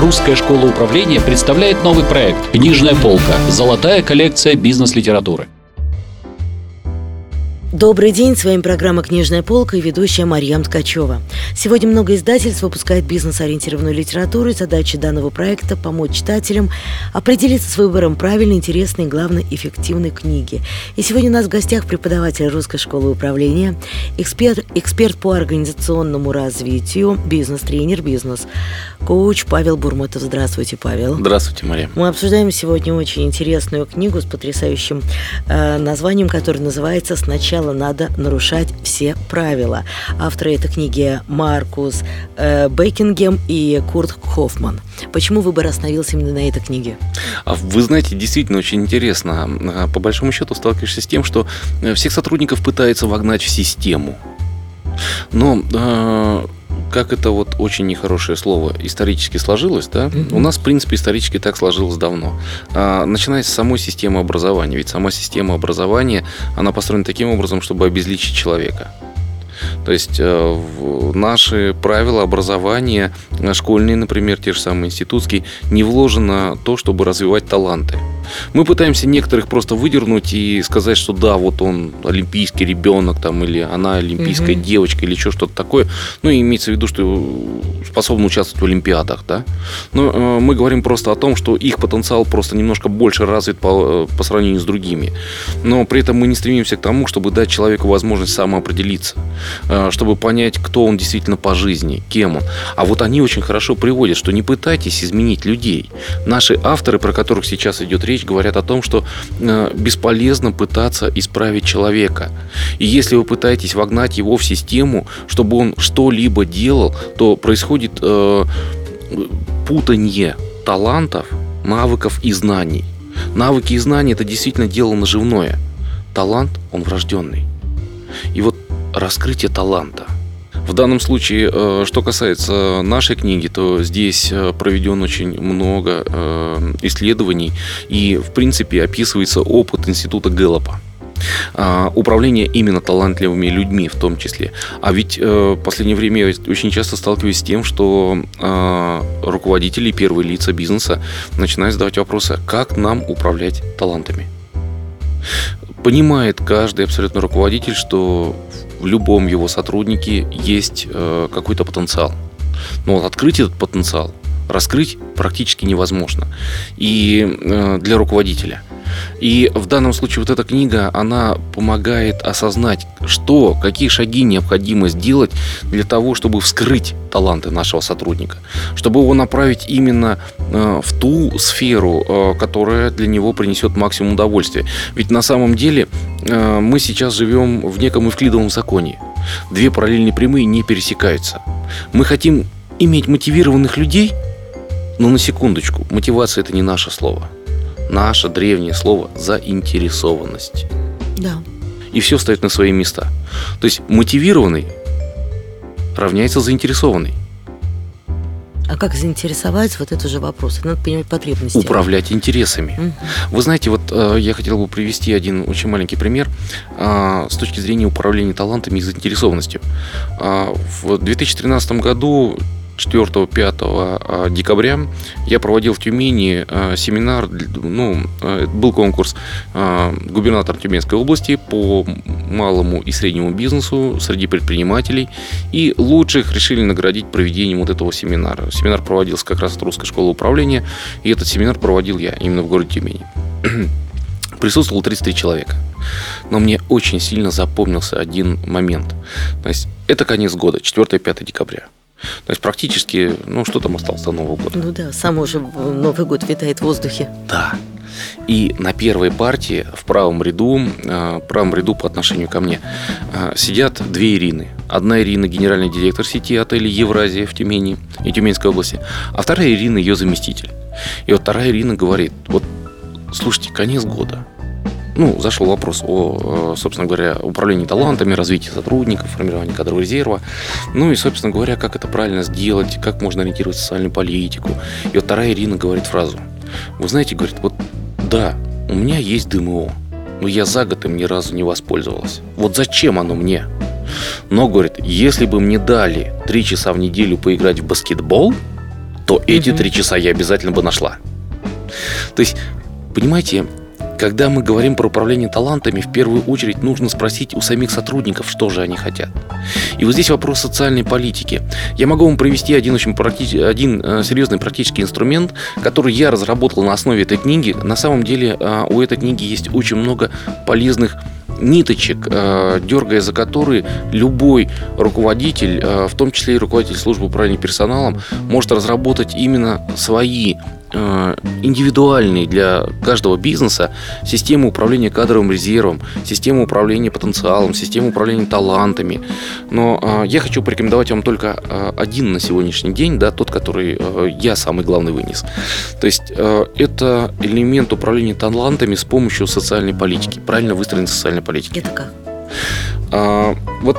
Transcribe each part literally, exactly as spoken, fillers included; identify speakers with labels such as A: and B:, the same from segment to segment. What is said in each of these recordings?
A: Русская школа управления представляет новый проект «Книжная полка. Золотая коллекция бизнес-литературы».
B: Добрый день, с вами программа «Книжная полка» и ведущая Марьям Ткачева. Сегодня много издательств выпускает бизнес-ориентированную литературу, и задача данного проекта – помочь читателям определиться с выбором правильной, интересной и, главное, эффективной книги. И сегодня у нас в гостях преподаватель Русской школы управления, эксперт, эксперт по организационному развитию, бизнес-тренер, бизнес-коуч Павел Бурматов. Здравствуйте, Павел.
C: Здравствуйте, Марья.
B: Мы обсуждаем сегодня очень интересную книгу с потрясающим э, названием, которое называется «Сначала надо нарушать все правила». Авторы этой книги Маркус э, Бекингем и Курт Хоффман. Почему выбор остановился именно на этой книге?
C: Вы знаете, действительно очень интересно. По большому счету сталкиваешься с тем, что всех сотрудников пытаются вогнать в систему. Но э, как это вот очень нехорошее слово исторически сложилось, да? Mm-hmm. У нас, в принципе, исторически так сложилось давно. А, начиная с самой системы образования. Ведь сама система образования, она построена таким образом, чтобы обезличить человека. То есть э, наши правила образования, школьные, например, те же самые институтские, не вложено то, чтобы развивать таланты. Мы пытаемся некоторых просто выдернуть и сказать, что да, вот он олимпийский ребенок, там, или она олимпийская mm-hmm. девочка, или еще что-то такое. Ну, и имеется в виду, что способны участвовать в олимпиадах, да. Но э, мы говорим просто о том, что их потенциал просто немножко больше развит по, по сравнению с другими. Но при этом мы не стремимся к тому, чтобы дать человеку возможность самоопределиться, э, чтобы понять, кто он действительно по жизни, кем он. А вот они очень хорошо приводят, что не пытайтесь изменить людей. Наши авторы, про которых сейчас идет речь, говорят о том, что э, бесполезно пытаться исправить человека. И если вы пытаетесь вогнать его в систему, чтобы он что-либо делал, то происходит э, путанье талантов, навыков и знаний. Навыки и знания – это действительно дело наживное. Талант, он врожденный. И вот раскрытие таланта. В данном случае, что касается нашей книги, то здесь проведено очень много исследований и, в принципе, описывается опыт института Гэллопа. Управление именно талантливыми людьми в том числе. А ведь в последнее время я очень часто сталкиваюсь с тем, что руководители, первые лица бизнеса начинают задавать вопросы, как нам управлять талантами. Понимает каждый абсолютно руководитель, что в любом его сотруднике есть э, какой-то потенциал. Но вот открыть этот потенциал, раскрыть практически невозможно. И э, для руководителя. И в данном случае вот эта книга, она помогает осознать, что, какие шаги необходимо сделать для того, чтобы вскрыть таланты нашего сотрудника, чтобы его направить именно э, в ту сферу, э, которая для него принесет максимум удовольствия. Ведь на самом деле э, мы сейчас живем в неком эвклидовом законе. Две параллельные прямые не пересекаются. Мы хотим иметь мотивированных людей, но на секундочку, мотивация – это не наше слово. Наше древнее слово «заинтересованность».
B: Да. И
C: все встает на свои места. То есть мотивированный равняется заинтересованный.
B: А как заинтересовать, вот это уже вопрос. Надо понимать потребности.
C: Управлять интересами. Угу. Вы знаете, вот я хотел бы привести один очень маленький пример с точки зрения управления талантами и заинтересованностью. В две тысячи тринадцатом году четвёртого-пятого декабря я проводил в Тюмени семинар, ну, был конкурс губернатора Тюменской области по малому и среднему бизнесу среди предпринимателей, и лучших решили наградить проведением вот этого семинара. Семинар проводился как раз от Русской школы управления, и этот семинар проводил я именно в городе Тюмени. Присутствовало тридцать три человека. Но мне очень сильно запомнился один момент. То есть это конец года, четвёртого-пятого декабря. То есть практически, ну что там осталось до Нового года?
B: Ну да, сам уже Новый год витает в воздухе.
C: Да. И на первой партии в правом ряду, в правом ряду по отношению ко мне сидят две Ирины. Одна Ирина, генеральный директор сети отелей «Евразия» в Тюмени и Тюменской области, а вторая Ирина, ее заместитель. И вот вторая Ирина говорит: вот слушайте, конец года. Ну, зашел вопрос о, собственно говоря, управлении талантами, развитии сотрудников, формировании кадрового резерва. Ну и, собственно говоря, как это правильно сделать, как можно ориентировать социальную политику. И вот вторая Ирина говорит фразу: вы знаете, говорит, вот да, у меня есть ДМО, но я за год им ни разу не воспользовалась. Вот зачем оно мне? Но, говорит, если бы мне дали три часа в неделю поиграть в баскетбол, то эти
B: Мгм.
C: три часа я обязательно бы нашла. То есть, понимаете, когда мы говорим про управление талантами, в первую очередь нужно спросить у самих сотрудников, что же они хотят. И вот здесь вопрос социальной политики. Я могу вам привести один очень практи... один э, серьезный практический инструмент, который я разработал на основе этой книги. На самом деле э, у этой книги есть очень много полезных ниточек, э, дергая за которые любой руководитель, э, в том числе и руководитель службы управления персоналом, может разработать именно свои э, индивидуальные для каждого бизнеса системы управления кадровым резервом, системы управления потенциалом, системы управления талантами. Но э, я хочу порекомендовать вам только э, один на сегодняшний день, да, тот, который э, я самый главный вынес. То есть э, это элемент управления талантами с помощью социальной политики, правильно выстроенной социальной политики.
B: Это как?
C: А, вот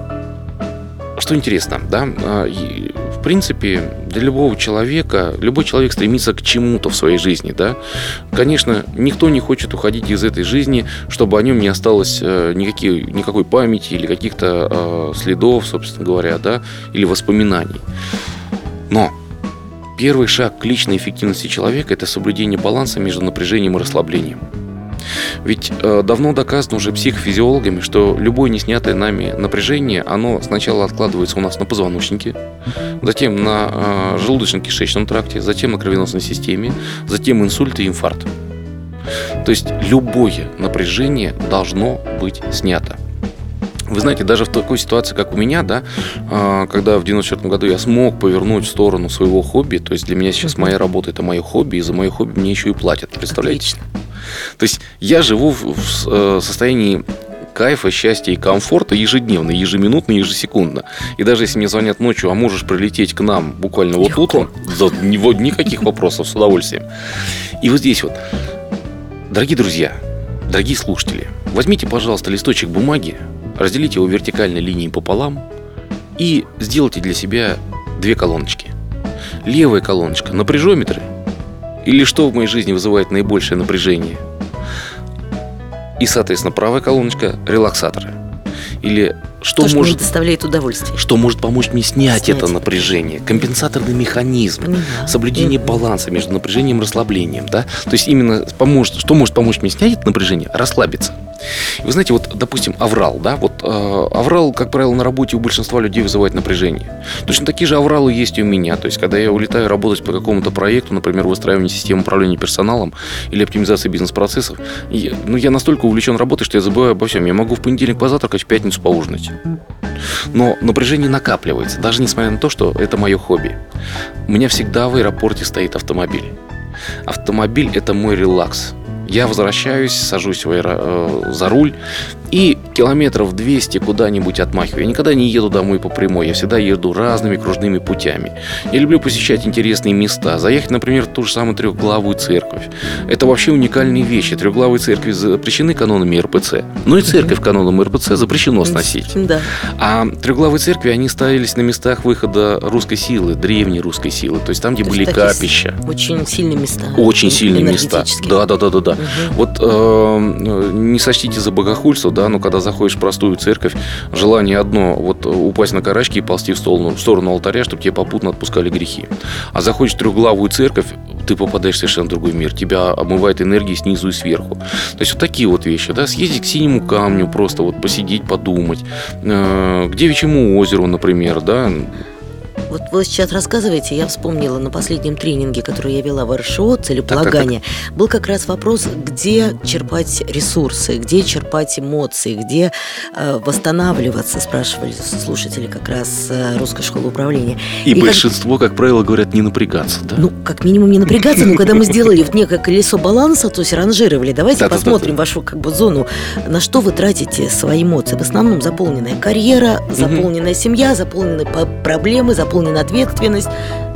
C: что интересно, да, а, и, в принципе, для любого человека, любой человек стремится к чему-то в своей жизни, да. Конечно, никто не хочет уходить из этой жизни, чтобы о нем не осталось э, никаких, никакой памяти или каких-то э, следов, собственно говоря, да, или воспоминаний. Но первый шаг к личной эффективности человека – это соблюдение баланса между напряжением и расслаблением. Ведь э, давно доказано уже психофизиологами, что любое неснятое нами напряжение, оно сначала откладывается у нас на позвоночнике, затем на э, желудочно-кишечном тракте, затем на кровеносной системе, затем инсульт и инфаркт. То есть любое напряжение должно быть снято. Вы знаете, даже в такой ситуации, как у меня, да, э, когда в девяносто четвёртом году я смог повернуть в сторону своего хобби, то есть для меня сейчас моя работа – это мое хобби, и за мое хобби мне еще и платят, представляете?
B: Отлично.
C: То есть я живу в, в э, состоянии кайфа, счастья и комфорта ежедневно, ежеминутно, ежесекундно. И даже если мне звонят ночью, а можешь прилететь к нам буквально вот
B: Легко.
C: утром, да, ни- вот никаких вопросов, с удовольствием. И вот здесь вот, дорогие друзья, дорогие слушатели, возьмите, пожалуйста, листочек бумаги, разделите его вертикальной линией пополам и сделайте для себя две колоночки. Левая колоночка – напряжометры, или что в моей жизни вызывает наибольшее напряжение. И, соответственно, правая колоночка – релаксаторы. Или что
B: То, что
C: может,
B: мне доставляет удовольствие.
C: что может помочь мне снять,
B: Снять
C: это
B: это.
C: напряжение. Компенсаторный механизм.
B: Поняла.
C: Соблюдение
B: Мгм.
C: баланса между напряжением и расслаблением. Да? То есть именно поможет, что может помочь мне снять это напряжение? Расслабиться. Вы знаете, вот, допустим, аврал, да, вот э, аврал, как правило, на работе у большинства людей вызывает напряжение. Точно такие же авралы есть и у меня. То есть, когда я улетаю работать по какому-то проекту, например, выстраивание системы управления персоналом или оптимизации бизнес-процессов, я, ну, я настолько увлечен работой, что я забываю обо всем. Я могу в понедельник позавтракать, в пятницу поужинать. Но напряжение накапливается, даже несмотря на то, что это мое хобби. У меня всегда в аэропорте стоит автомобиль. Автомобиль – это мой релакс. Я возвращаюсь, сажусь в аэро... э, за руль и километров двести куда-нибудь отмахиваю. Я никогда не еду домой по прямой, я всегда еду разными кружными путями. Я люблю посещать интересные места. Заехать, например, в ту же самую трехглавую церковь. Это вообще уникальные вещи. Трехглавые церкви запрещены канонами эр пэ цэ. Но и церковь каноном эр пэ цэ запрещено сносить.
B: Да.
C: А трехглавые церкви, они ставились на местах выхода русской силы, древней русской силы. То есть там, где
B: То
C: были
B: есть такие
C: капища.
B: Очень сильные места.
C: Очень сильные места.
B: Энергетические.
C: Да, да, да, да, да.
B: Мгм.
C: Вот э, не сочтите за богохульство, да, но когда заходишь в простую церковь, желание одно – вот упасть на карачки и ползти в сторону, в сторону алтаря, чтобы тебе попутно отпускали грехи. А заходишь в трехглавую церковь, ты попадаешь в совершенно другой мир. Тебя омывает энергией снизу и сверху. То есть вот такие вот вещи, да, съездить к синему камню, просто вот посидеть, подумать, э, к Девичьему озеру, например, да.
B: Вот вы сейчас рассказываете, я вспомнила на последнем тренинге, который я вела в эр шэ о, целеполагание, был как раз вопрос, где черпать ресурсы, где черпать эмоции, где э, восстанавливаться, спрашивали слушатели как раз э, Русской школы управления.
C: И,
B: И как-
C: большинство, как правило, говорят, не напрягаться, да.
B: Ну, как минимум не напрягаться, но когда мы сделали вот некое колесо баланса, то есть ранжировали, давайте
C: Да-да-да-да.
B: посмотрим вашу как бы зону, на что вы тратите свои эмоции. В основном заполненная карьера, заполненная семья, заполненные по- проблемы, заполненная ответственность.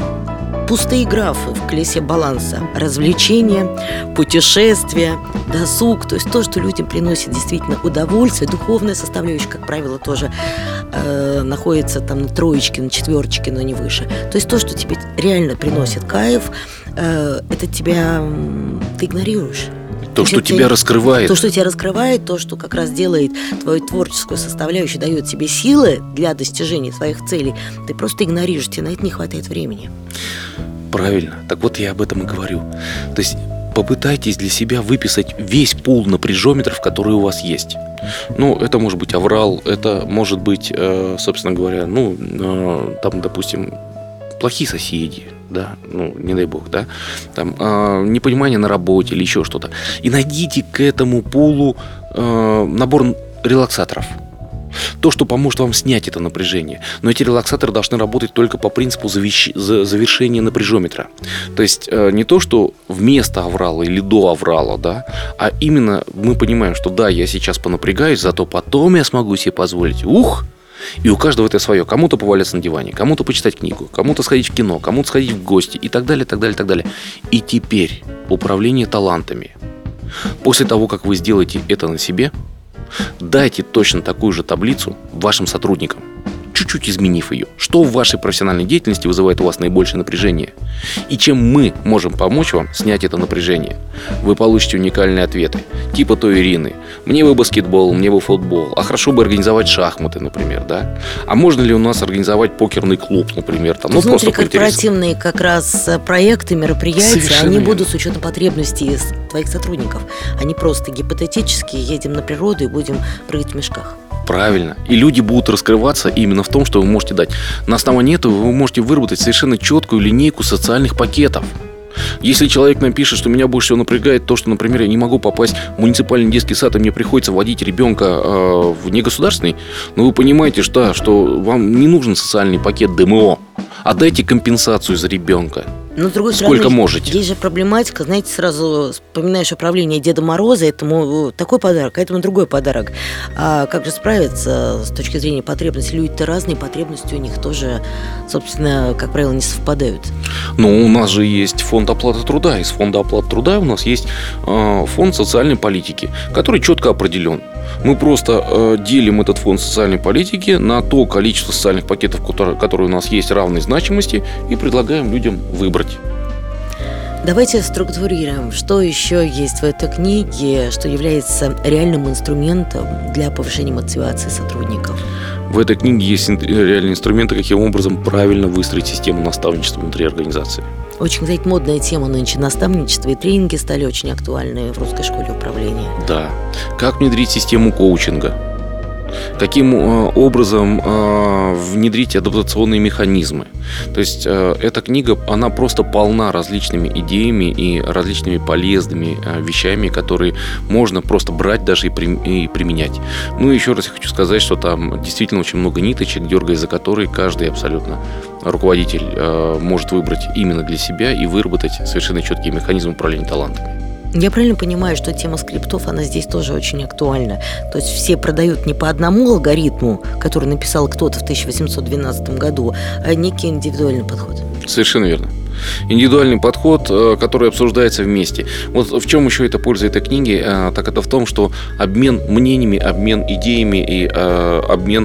B: Пустые графы в колесе баланса. Развлечения, путешествия, досуг. То есть то, что людям приносит действительно удовольствие. Духовная составляющая, как правило, тоже э, находится там на троечке, на четверочке, но не выше. То есть то, что тебе реально приносит кайф, э, это тебя м, ты игнорируешь.
C: То, что
B: это
C: тебя раскрывает.
B: То, что тебя раскрывает, то, что как раз делает твою творческую составляющую, дает тебе силы для достижения своих целей, ты просто игнорируешь, тебе на это не хватает времени.
C: Правильно. Так вот я об этом и говорю. То есть попытайтесь для себя выписать весь пул напряжометров, которые у вас есть. Ну, это может быть аврал, это может быть, э, собственно говоря, ну, э, там, допустим, плохие соседи, да, ну, не дай бог, да, там, э, непонимание на работе или еще что-то. И найдите к этому пулу э, набор релаксаторов. То, что поможет вам снять это напряжение. Но эти релаксаторы должны работать только по принципу завещ... завершения напряжометра. То есть э, не то, что вместо аврала или до аврала, да, а именно мы понимаем, что да, я сейчас понапрягаюсь, зато потом я смогу себе позволить. Ух! И у каждого это свое. Кому-то поваляться на диване, кому-то почитать книгу, кому-то сходить в кино, кому-то сходить в гости и так далее, так далее, так далее. И теперь управление талантами. После того, как вы сделаете это на себе, дайте точно такую же таблицу вашим сотрудникам, чуть-чуть изменив ее. Что в вашей профессиональной деятельности вызывает у вас наибольшее напряжение? И чем мы можем помочь вам снять это напряжение? Вы получите уникальные ответы. Типа той Ирины. Мне бы баскетбол, мне бы футбол. А хорошо бы организовать шахматы, например, да? А можно ли у нас организовать покерный клуб, например? Там, ну,
B: внутрикорпоративные как раз проекты, мероприятия,
C: Совершенно
B: они
C: верно.
B: будут с учетом потребностей твоих сотрудников. Они просто гипотетически едем на природу и будем прыгать в мешках.
C: Правильно. И люди будут раскрываться именно в том, что вы можете дать. На основании этого вы можете выработать совершенно четкую линейку социальных пакетов. Если человек напишет, что меня больше всего напрягает то, что, например, я не могу попасть в муниципальный детский сад, и мне приходится водить ребенка э, в негосударственный, но вы понимаете, что, да, что вам не нужен социальный пакет ДМО, а дайте компенсацию за ребенка.
B: Но, с другой
C: Сколько
B: стороны,
C: можете.
B: Есть же проблематика, знаете, сразу вспоминаешь управление Деда Мороза, этому такой подарок, а этому другой подарок. А как же справиться с точки зрения потребностей? Люди-то разные, потребности у них тоже, собственно, как правило, не совпадают.
C: Но у нас же есть фонд оплаты труда. Из фонда оплаты труда у нас есть э, фонд социальной политики, который четко определен. Мы просто э, делим этот фонд социальной политики на то количество социальных пакетов, которые, которые у нас есть, равной значимости, и предлагаем людям выбрать.
B: Давайте структурируем, что еще есть в этой книге, что является реальным инструментом для повышения мотивации сотрудников.
C: В этой книге есть реальные инструменты, каким образом правильно выстроить систему наставничества внутри организации.
B: Очень, кстати, модная тема нынче. Наставничество и тренинги стали очень актуальны в русской школе управления.
C: Да. Как внедрить систему коучинга? Каким э, образом э, внедрить адаптационные механизмы? То есть э, эта книга, она просто полна различными идеями и различными полезными э, вещами, которые можно просто брать даже и, при, и применять. Ну и еще раз я хочу сказать, что там действительно очень много ниточек, дергаясь за которые каждый абсолютно руководитель э, может выбрать именно для себя и выработать совершенно четкий механизм управления талантами.
B: Я правильно понимаю, что тема скриптов, она здесь тоже очень актуальна. То есть все продают не по одному алгоритму, который написал кто-то в тысяча восемьсот двенадцатом году, а некий индивидуальный подход.
C: Совершенно верно. Индивидуальный подход, который обсуждается вместе. Вот в чем еще это польза этой книги, так это в том, что обмен мнениями, обмен идеями и обмен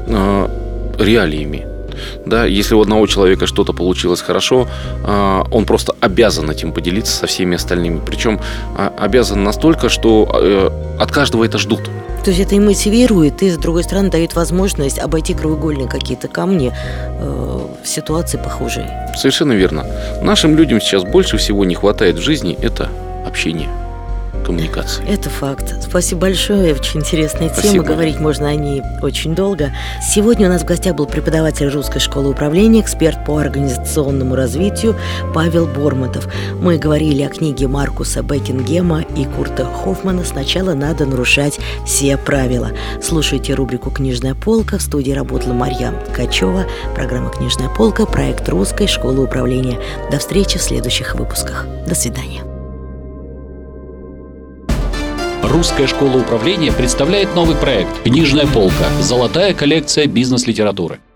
C: реалиями. Да, если у одного человека что-то получилось хорошо, он просто обязан этим поделиться со всеми остальными. Причем обязан настолько, что от каждого это ждут.
B: То есть это и мотивирует, и, с другой стороны, дает возможность обойти краеугольные какие-то камни э, в ситуации похожей.
C: Совершенно верно. Нашим людям сейчас больше всего не хватает в жизни – это общение, коммуникации.
B: Это факт. Спасибо большое. Очень интересная
C: Спасибо.
B: тема. Говорить можно о ней очень долго. Сегодня у нас в гостях был преподаватель Русской школы управления, эксперт по организационному развитию Павел Бормотов. Мы говорили о книге Маркуса Бекингема и Курта Хоффмана «Сначала надо нарушать все правила». Слушайте рубрику «Книжная полка». В студии работала Марьям Ткачева. Программа «Книжная полка», проект Русской школы управления. До встречи в следующих выпусках. До свидания.
A: Русская школа управления представляет новый проект «Книжная полка. Золотая коллекция бизнес-литературы».